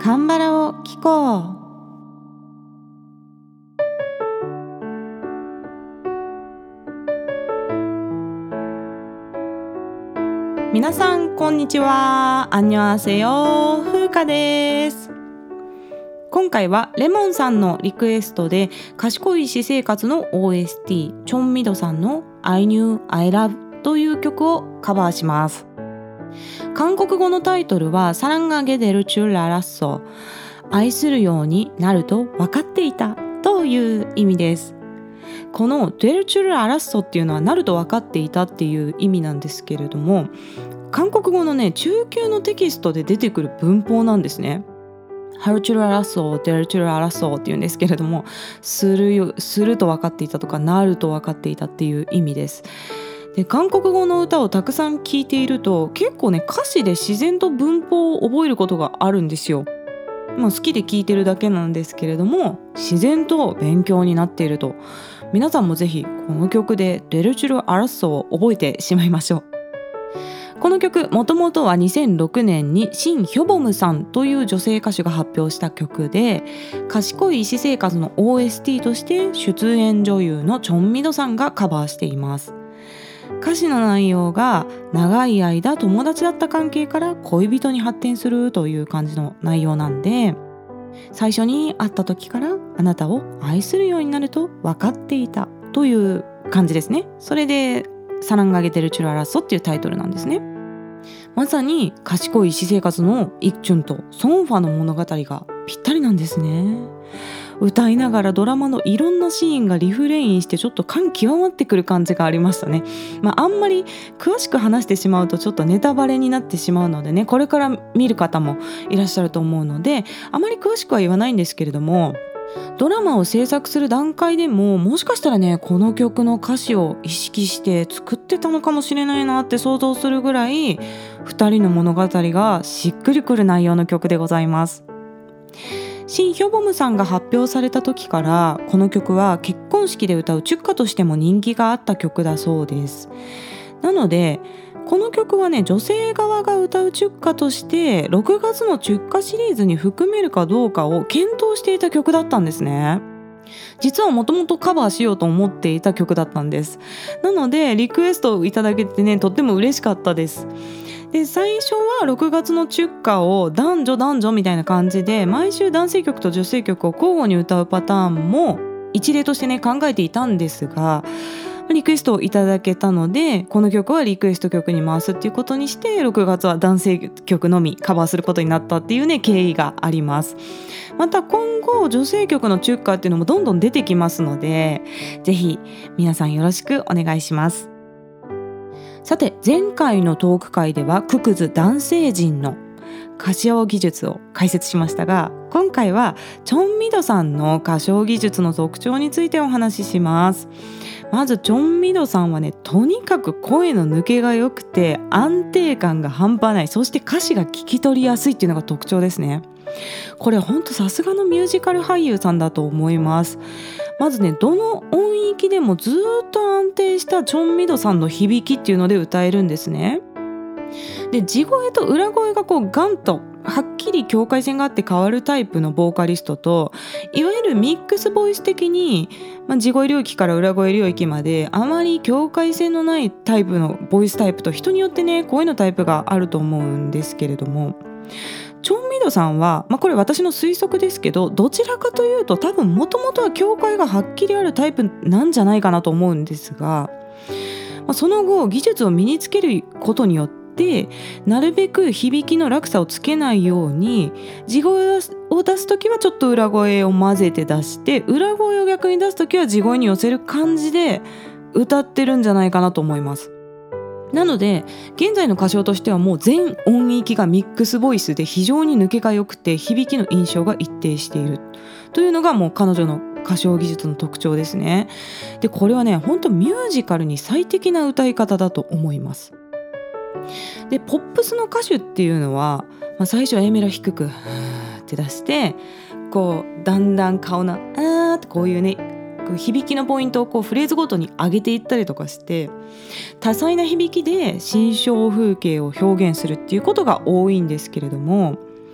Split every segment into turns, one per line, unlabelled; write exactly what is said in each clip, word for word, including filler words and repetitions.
カンバラを聞こう。皆さんこんにちは。アンニョンアセヨ、風花です。今回はレモンさんのリクエストで賢い私生活の オーエスティー チョンミドさんの I knew I love という曲をカバーします。韓国語のタイトルはサランガゲデルチュララッソ、愛するようになると分かっていたという意味です。このデルチュララッソっていうのはなると分かっていたっていう意味なんですけれども、韓国語のね中級のテキストで出てくる文法なんですね。ハルチュララッソ、デルチュララッソっていうんですけれども、するよ、すると分かっていたとかなると分かっていたっていう意味です。で、韓国語の歌をたくさん聴いていると結構ね歌詞で自然と文法を覚えることがあるんですよ。まあ、好きで聴いてるだけなんですけれども、自然と勉強になっていると、皆さんもぜひこの曲でデルチュルアラッソを覚えてしまいましょう。この曲もともとはにせんろくねんにシン・ヒョボムさんという女性歌手が発表した曲で、賢い私生活の オーエスティー として出演女優のチョンミドさんがカバーしています。歌詞の内容が長い間友達だった関係から恋人に発展するという感じの内容なんで、最初に会った時からあなたを愛するようになると分かっていたという感じですね。それでサランガゲテルチュララッソっていうタイトルなんですね。まさに賢い私生活のイクチュンとソンファの物語がぴったりなんですね。歌いながらドラマのいろんなシーンがリフレインしてちょっと感極まってくる感じがありましたね。まあ、あんまり詳しく話してしまうとちょっとネタバレになってしまうのでね、これから見る方もいらっしゃると思うのであまり詳しくは言わないんですけれども、ドラマを制作する段階でももしかしたらねこの曲の歌詞を意識して作ってたのかもしれないなって想像するぐらいふたりの物語がしっくりくる内容の曲でございます。シン・ヒョボムさんが発表された時からこの曲は結婚式で歌うチュッカとしても人気があった曲だそうです。なのでこの曲はね女性側が歌うチュッカとしてろくがつのチュッカシリーズに含めるかどうかを検討していた曲だったんですね。実はもともとカバーしようと思っていた曲だったんです。なのでリクエストをいただけてねとっても嬉しかったです。で、最初はろくがつのチュッカを男女男女みたいな感じで毎週男性曲と女性曲を交互に歌うパターンも一例としてね考えていたんですが、リクエストをいただけたのでこの曲はリクエスト曲に回すっていうことにしてろくがつは男性曲のみカバーすることになったっていうね経緯があります。また今後女性曲のチュッカっていうのもどんどん出てきますので、ぜひ皆さんよろしくお願いします。さて前回のトーク会ではククズ男性陣の歌唱技術を解説しましたが、今回はチョンミドさんの歌唱技術の特徴についてお話しします。まずチョンミドさんはねとにかく声の抜けが良くて安定感が半端ない、そして歌詞が聞き取りやすいっていうのが特徴ですね。これほんとさすがのミュージカル俳優さんだと思います。まずねどの音域でもずっと安定したチョンミドさんの響きっていうので歌えるんですね。で地声と裏声がこうガンとはっきり境界線があって変わるタイプのボーカリストと、いわゆるミックスボイス的に、まあ、地声領域から裏声領域まであまり境界線のないタイプのボイスタイプと人によってね声のタイプがあると思うんですけれども、チョンミドさんは、まあ、これ私の推測ですけどどちらかというと多分もともとは境界がはっきりあるタイプなんじゃないかなと思うんですが、まあ、その後技術を身につけることによってでなるべく響きの落差をつけないように地声を出すときはちょっと裏声を混ぜて出して、裏声を逆に出すときは地声に寄せる感じで歌ってるんじゃないかなと思います。なので現在の歌唱としてはもう全音域がミックスボイスで非常に抜けが良くて響きの印象が一定しているというのがもう彼女の歌唱技術の特徴ですね。でこれはね本当ミュージカルに最適な歌い方だと思います。でポップスの歌手っていうのは、まあ、最初は A メロ低くって出してこうだんだん顔のあーってこういうね響きのポイントをこうフレーズごとに上げていったりとかして多彩な響きで心象風景を表現するっていうことが多いんですけれども、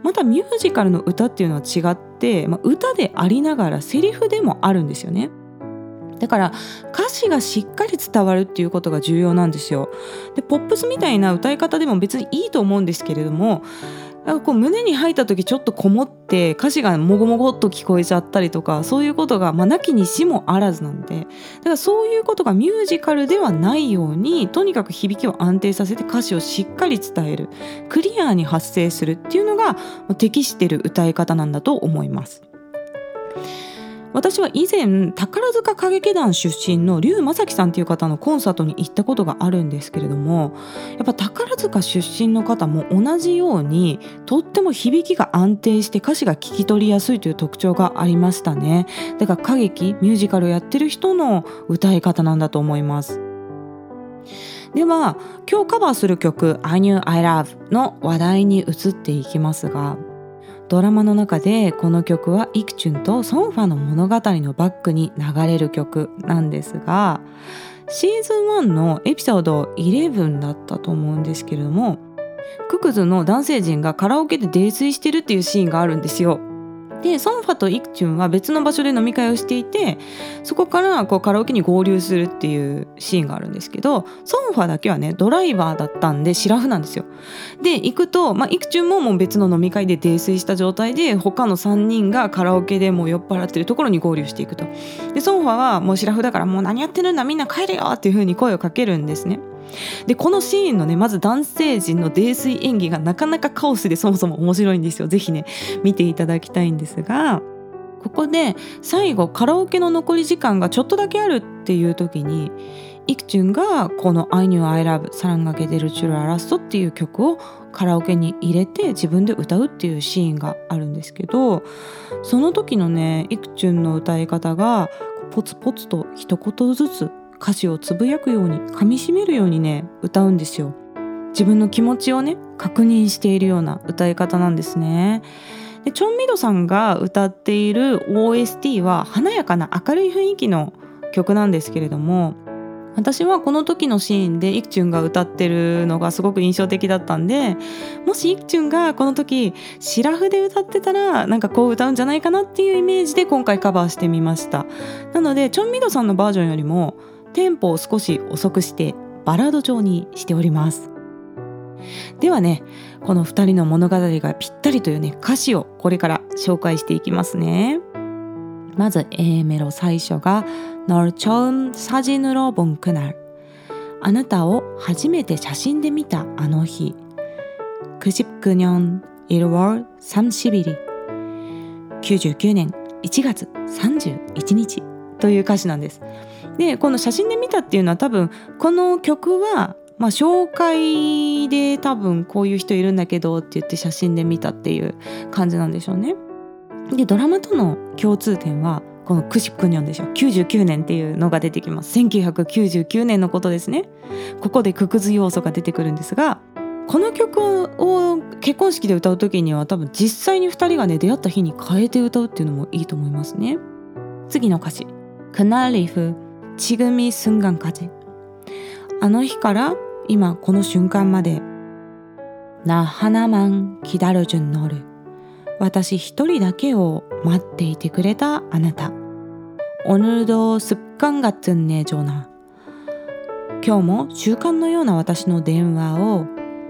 またミュージカルの歌っていうのは違って、まあ、歌でありながらセリフでもあるんですよね。だから歌詞がしっかり伝わるっていうことが重要なんですよ。でポップスみたいな歌い方でも別にいいと思うんですけれども、こう胸に入った時ちょっとこもって歌詞がもごもごっと聞こえちゃったりとか、そういうことがまあなきにしもあらずなんで、だからそういうことがミュージカルではないように、とにかく響きを安定させて歌詞をしっかり伝える、クリアに発声するっていうのが適している歌い方なんだと思います。私は以前宝塚歌劇団出身の笠正樹さんっていう方のコンサートに行ったことがあるんですけれども、やっぱ宝塚出身の方も同じようにとっても響きが安定して歌詞が聞き取りやすいという特徴がありましたね。だから歌劇ミュージカルをやってる人の歌い方なんだと思います。では今日カバーする曲 I Knew I Love の話題に移っていきますが、ドラマの中でこの曲はイクチュンとソンファの物語のバックに流れる曲なんですが、シーズンワンのエピソードじゅういちだったと思うんですけれども、ククズの男性陣がカラオケで泥酔してるっていうシーンがあるんですよ。でソンファとイクチュンは別の場所で飲み会をしていて、そこからこうカラオケに合流するっていうシーンがあるんですけど、ソンファだけはねドライバーだったんでシラフなんですよ。で行くと、まあ、イクチュンももう別の飲み会で泥酔した状態で、他のさんにんがカラオケでもう酔っ払ってるところに合流していくと。でソンファはもうシラフだから、もう何やってるんだみんな帰れよっていう風に声をかけるんですね。でこのシーンのねまず男性陣の泥酔演技がなかなかカオスでそもそも面白いんですよ。ぜひね見ていただきたいんですが、ここで最後カラオケの残り時間がちょっとだけあるっていう時に、イクチュンがこの I Knew I Love サランガゲデルチュルアラストっていう曲をカラオケに入れて自分で歌うっていうシーンがあるんですけど、その時のねイクチュンの歌い方がポツポツと一言ずつ歌詞をつぶやくように噛み締めるようにね歌うんですよ。自分の気持ちをね確認しているような歌い方なんですね。でチョンミドさんが歌っている オーエスティー は華やかな明るい雰囲気の曲なんですけれども、私はこの時のシーンでイクチュンが歌ってるのがすごく印象的だったんで、もしイクチュンがこの時シラフで歌ってたらなんかこう歌うんじゃないかなっていうイメージで今回カバーしてみました。なのでチョンミドさんのバージョンよりもテンポを少し遅くしてバラード調にしております。ではねこのふたりの物語がぴったりというね歌詞をこれから紹介していきますね。まず A メロ最初が널 처음 사진으로 본 그날、 あなたを初めて写真で見たあの日、구십구 년 일월 삼십일、 きゅうじゅうきゅうねんいちがつさんじゅういちにちという歌詞なんです。でこの写真で見たっていうのは多分この曲はまあ紹介で多分こういう人いるんだけどって言って写真で見たっていう感じなんでしょうね。でドラマとの共通点はこの구십구 년でしょ、きゅうじゅうきゅうねんっていうのが出てきます。せんきゅうひゃくきゅうじゅうきゅうねんのことですね。ここでククズ要素が出てくるんですが、この曲を結婚式で歌う時には多分実際にふたりがね出会った日に変えて歌うっていうのもいいと思いますね。次の歌詞그날 이후 지금이 순간까지、 あの日から今この瞬間まで、나 하나만 기다려준 너를、 私一人だけを待っていてくれたあなた、오늘도 습관 같은 내 전화、 今日も習慣のような私の電話を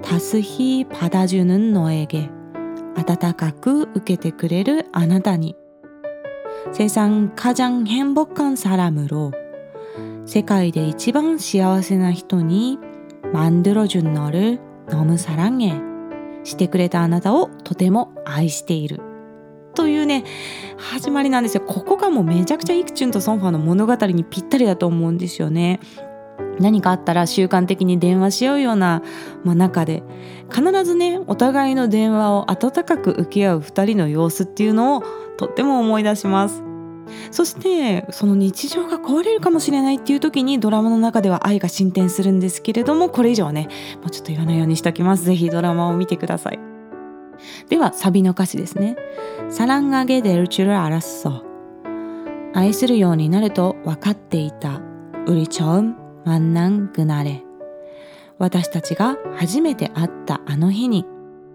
따스히 받아주는 너에게、 温かく受けてくれるあなたに、세상 가장 행복한 사람으로、 世界で一番幸せな人に만들어준 너를 너무 사랑해、 してくれたあなたをとても愛しているというね始まりなんですよ。ここがもうめちゃくちゃイクチュンとソンファの物語にぴったりだと思うんですよね。何かあったら習慣的に電話し合うような、まあ、中で必ずねお互いの電話を温かく受け合うふたりの様子っていうのをとっても思い出します。そしてその日常が壊れるかもしれないっていう時にドラマの中では愛が進展するんですけれども、これ以上はねもうちょっと言わないようにしておきます。ぜひドラマを見てください。ではサビの歌詞ですね。사랑하게 될 줄 알았어、 愛するようになると分かっていた、우리 처음 만난 그날에、 私たちが初めて会ったあの日に、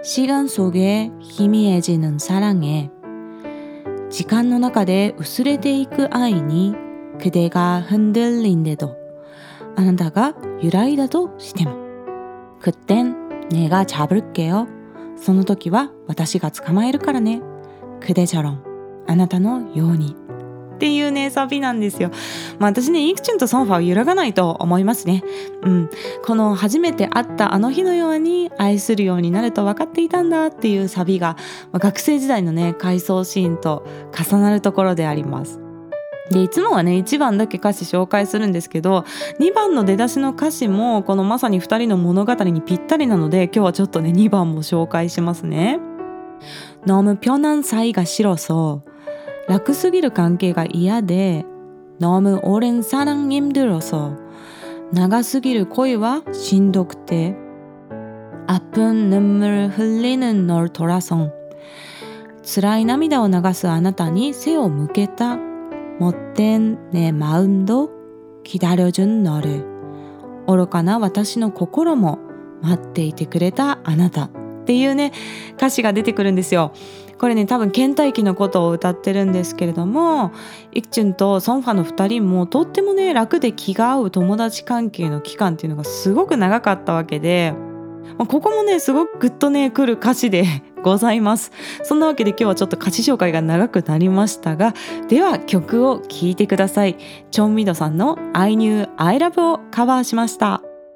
시간 속에 희미해지는 사랑에時間の中で薄れていく愛に그대가 흔들린데도あなたが揺らいだとしても그땐 내가 잡을게요. その時は私が捕まえるからね。그대처럼あなたのようにっていうねサビなんですよ。まあ私ねイクチュンとソンファは揺らがないと思いますね。うん、この初めて会ったあの日のように愛するようになると分かっていたんだっていうサビが、まあ、学生時代のね回想シーンと重なるところであります。でいつもはねいちばんだけ歌詞紹介するんですけどにばんの出だしの歌詞もこのまさにふたりの物語にぴったりなので今日はちょっとねにばんも紹介しますね。너무 편한 사이가 싫어서楽すぎる関係が嫌で너무 오랜 사랑 힘들어서長すぎる恋はしんどくて아픈 눈물 흘리는 널 돌아선辛い涙を流すあなたに背を向けた못된 내 마음도 기다려준 너를愚かな私の心も待っていてくれたあなたっていうね歌詞が出てくるんですよ。これね多分倦怠期のことを歌ってるんですけれどもイクチュンとソンファのふたりもとってもね楽で気が合う友達関係の期間っていうのがすごく長かったわけでここもねすごくグッとね来る歌詞でございます。そんなわけで今日はちょっと歌詞紹介が長くなりましたがでは曲を聴いてください。チョンミドさんの I Knew I Love をカバーしました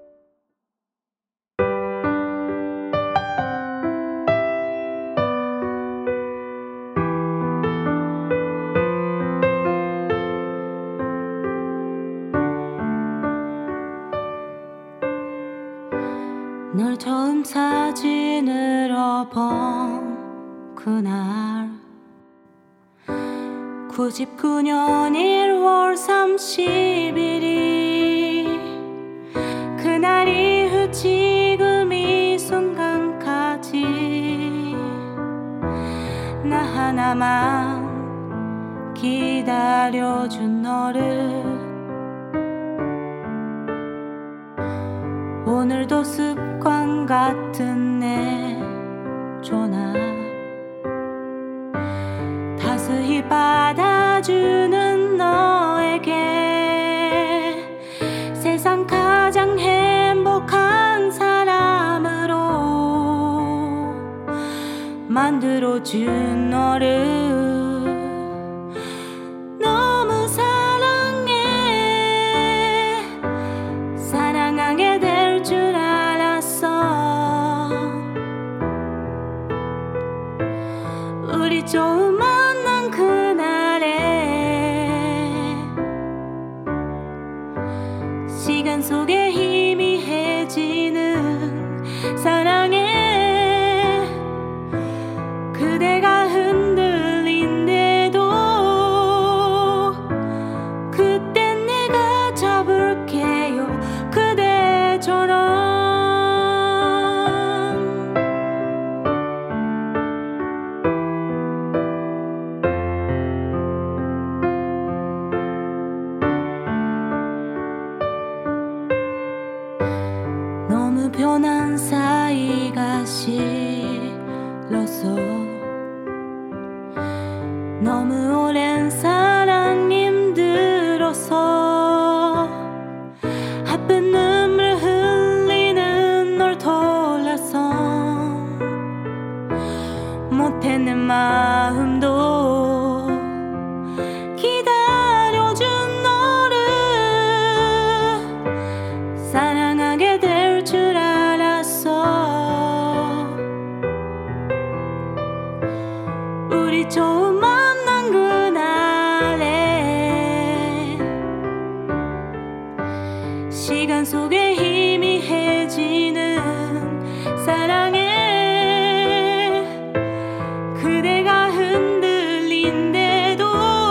。널 처음 사진으로 본 그날 구십구 년 일월 삼십일일 그날 이후 지금 이 순간까지 나 하나만 기다려준 너를 오늘도 습관 같은 내 전화 다스히 받아주는 너에게 세상 가장 행복한 사람으로 만들어준 너를 너무 사랑해 사랑하게 될 줄 알았어 우리 처음 만난 그날에 시간 속에 희미해지는 사랑에 그대가 흔들린데도 그땐 내가 잡을게요 그대처럼 너무 편한 사이가 싫어서 너무 오랜 사랑 힘들어서 아픈 눈물 흘리는 널 돌아서 못해 내 마음도 기다려준 너를 사랑하게 될 줄 알았어 우리 처음 만난 그날에 시간 속에 희미해지는 사랑에 그대가 흔들린데도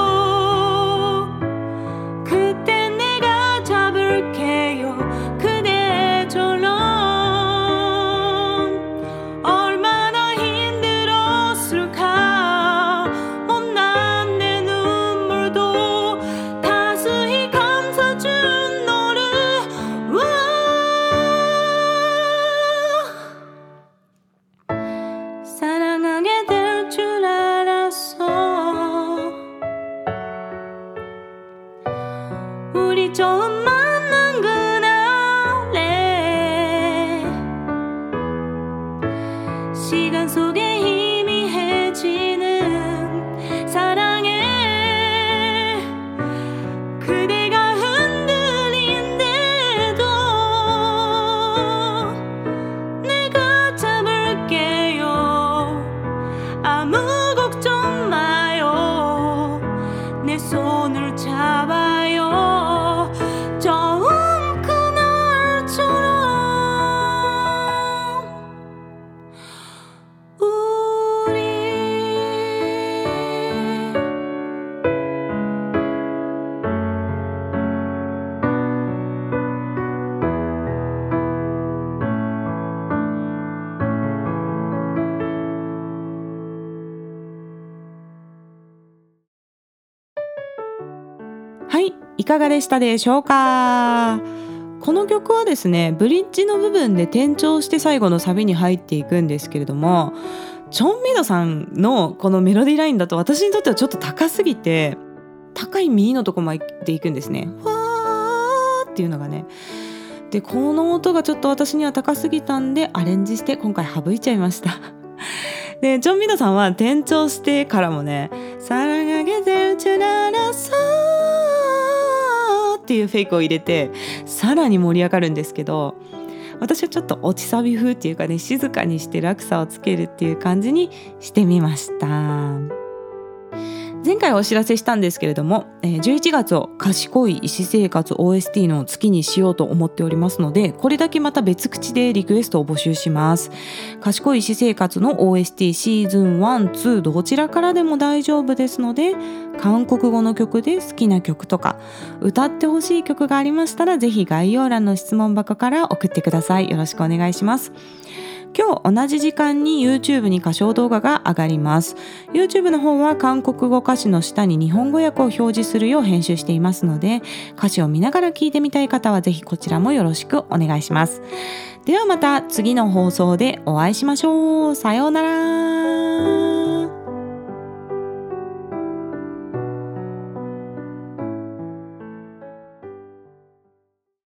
그땐 내가 잡을게요 그대처럼 얼마나 힘들었을까 못난 내 눈물도 다스히 감싸준 너를 와 좀만 안 그날래 시간 속에 희미해지는 사랑에 그대가 흔들린대도 내가 잡을게요 아무 걱정 마요 내 손을 잡아요 처음 그날처럼 우리はい、いかがでしたでしょうか。この曲はですね、ブリッジの部分で転調して最後のサビに入っていくんですけれども、チョンミドさんのこのメロディーラインだと私にとってはちょっと高すぎて、高いミのとこまでいくんですね。わーっていうのがね。で、この音がちょっと私には高すぎたんでアレンジして今回省いちゃいました。で、チョンミドさんは転調してからもね、サラがゲゼルチュララソーっていうフェイクを入れてさらに盛り上がるんですけど、私はちょっと落ちサビ風っていうかね、静かにして落差をつけるっていう感じにしてみました。前回お知らせしたんですけれども、じゅういちがつを賢い医師生活 オーエスティー の月にしようと思っておりますので、これだけまた別口でリクエストを募集します。賢い医師生活の オーエスティー シーズンワン、ツーどちらからでも大丈夫ですので、韓国語の曲で好きな曲とか歌ってほしい曲がありましたら、ぜひ概要欄の質問箱から送ってください。よろしくお願いします。今日同じ時間に YouTube に歌唱動画が上がります。YouTube の方は韓国語歌詞の下に日本語訳を表示するよう編集していますので、歌詞を見ながら聞いてみたい方はぜひこちらもよろしくお願いします。ではまた次の放送でお会いしましょう。さようなら。